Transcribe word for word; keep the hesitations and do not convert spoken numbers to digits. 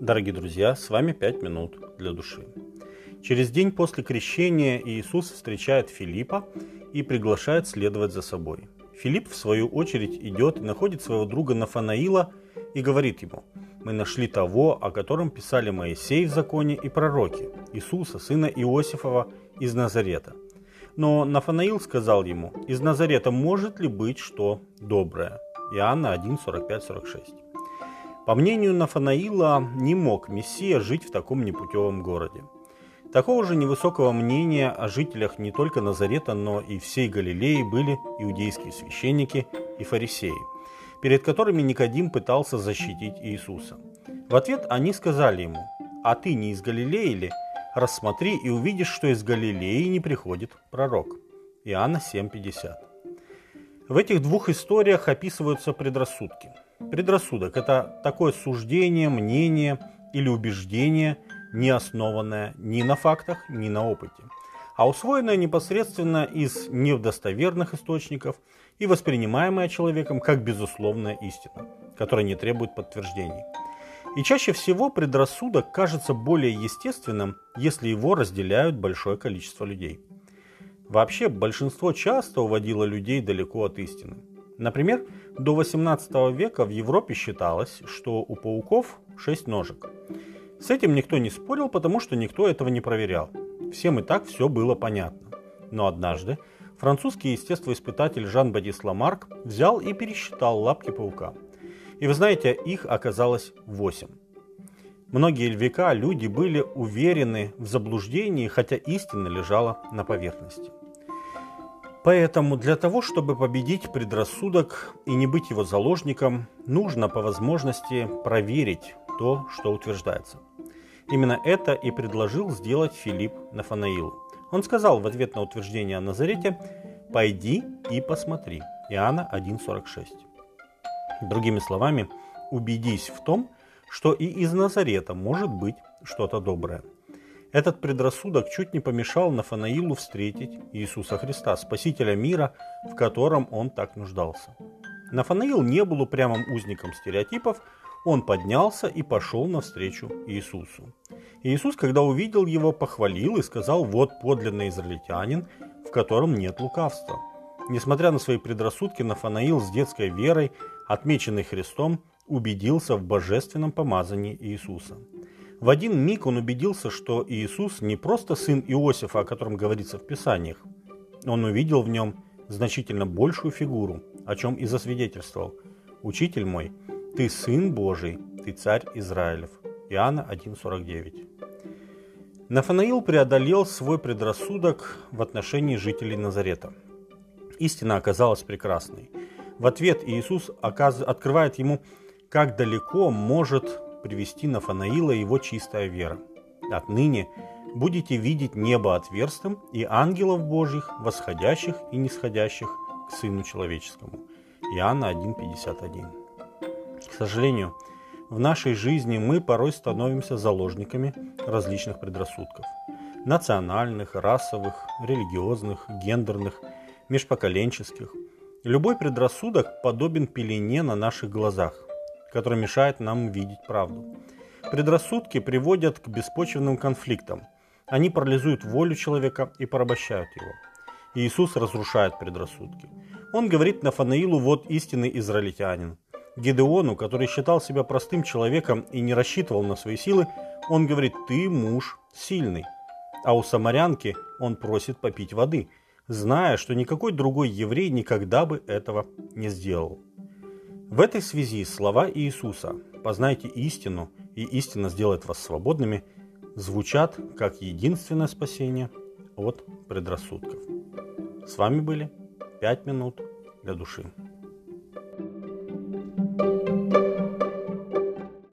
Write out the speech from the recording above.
Дорогие друзья, с вами пять минут для души. Через день после крещения Иисус встречает Филиппа и приглашает следовать за собой. Филипп, в свою очередь, идет и находит своего друга Нафанаила и говорит ему: «Мы нашли того, о котором писали Моисей в законе и пророки, Иисуса, сына Иосифова из Назарета». Но Нафанаил сказал ему: «Из Назарета может ли быть что доброе?» Иоанна один, сорок пять сорок шесть. По мнению Нафанаила, не мог Мессия жить в таком непутевом городе. Такого же невысокого мнения о жителях не только Назарета, но и всей Галилеи были иудейские священники и фарисеи, перед которыми Никодим пытался защитить Иисуса. В ответ они сказали ему: «А ты не из Галилеи ли? Рассмотри и увидишь, что из Галилеи не приходит пророк». Иоанна семь пятьдесят. В этих двух историях описываются предрассудки. Предрассудок – это такое суждение, мнение или убеждение, не основанное ни на фактах, ни на опыте, а усвоенное непосредственно из недостоверных источников и воспринимаемое человеком как безусловная истина, которая не требует подтверждений. И чаще всего предрассудок кажется более естественным, если его разделяют большое количество людей. Вообще, большинство часто уводило людей далеко от истины. Например, до восемнадцатого века в Европе считалось, что у пауков шесть ножек. С этим никто не спорил, потому что никто этого не проверял. Всем и так все было понятно. Но однажды французский естествоиспытатель Жан-Батист Ламарк взял и пересчитал лапки паука. И вы знаете, их оказалось восемь. Многие века люди были уверены в заблуждении, хотя истина лежала на поверхности. Поэтому для того, чтобы победить предрассудок и не быть его заложником, нужно по возможности проверить то, что утверждается. Именно это и предложил сделать Филипп Нафанаилу. Он сказал в ответ на утверждение о Назарете: «Пойди и посмотри». Иоанна один сорок шесть. Другими словами, убедись в том, что и из Назарета может быть что-то доброе. Этот предрассудок чуть не помешал Нафанаилу встретить Иисуса Христа, Спасителя мира, в котором он так нуждался. Нафанаил не был упрямым узником стереотипов, он поднялся и пошел навстречу Иисусу. Иисус, когда увидел его, похвалил и сказал: «Вот подлинный израильтянин, в котором нет лукавства». Несмотря на свои предрассудки, Нафанаил с детской верой, отмеченный Христом, убедился в божественном помазании Иисуса. В один миг он убедился, что Иисус не просто сын Иосифа, о котором говорится в Писаниях. Он увидел в нем значительно большую фигуру, о чем и засвидетельствовал: «Учитель мой, ты сын Божий, ты царь Израилев». Иоанна один сорок девять. Нафанаил преодолел свой предрассудок в отношении жителей Назарета. Истина оказалась прекрасной. В ответ Иисус открывает ему, как далеко может привести Нафанаила его чистая вера. «Отныне будете видеть небо отверстым и ангелов Божьих, восходящих и нисходящих к Сыну Человеческому». Иоанна один пятьдесят один. К сожалению, в нашей жизни мы порой становимся заложниками различных предрассудков. Национальных, расовых, религиозных, гендерных, межпоколенческих. Любой предрассудок подобен пелене на наших глазах, который мешает нам видеть правду. Предрассудки приводят к беспочвенным конфликтам. Они парализуют волю человека и порабощают его. Иисус разрушает предрассудки. Он говорит Нафанаилу: «Вот истинный израильтянин». Гедеону, который считал себя простым человеком и не рассчитывал на свои силы, он говорит: «Ты муж сильный». А у самарянки он просит попить воды, зная, что никакой другой еврей никогда бы этого не сделал. В этой связи слова Иисуса «Познайте истину, и истина сделает вас свободными» звучат как единственное спасение от предрассудков. С вами были пять минут для души.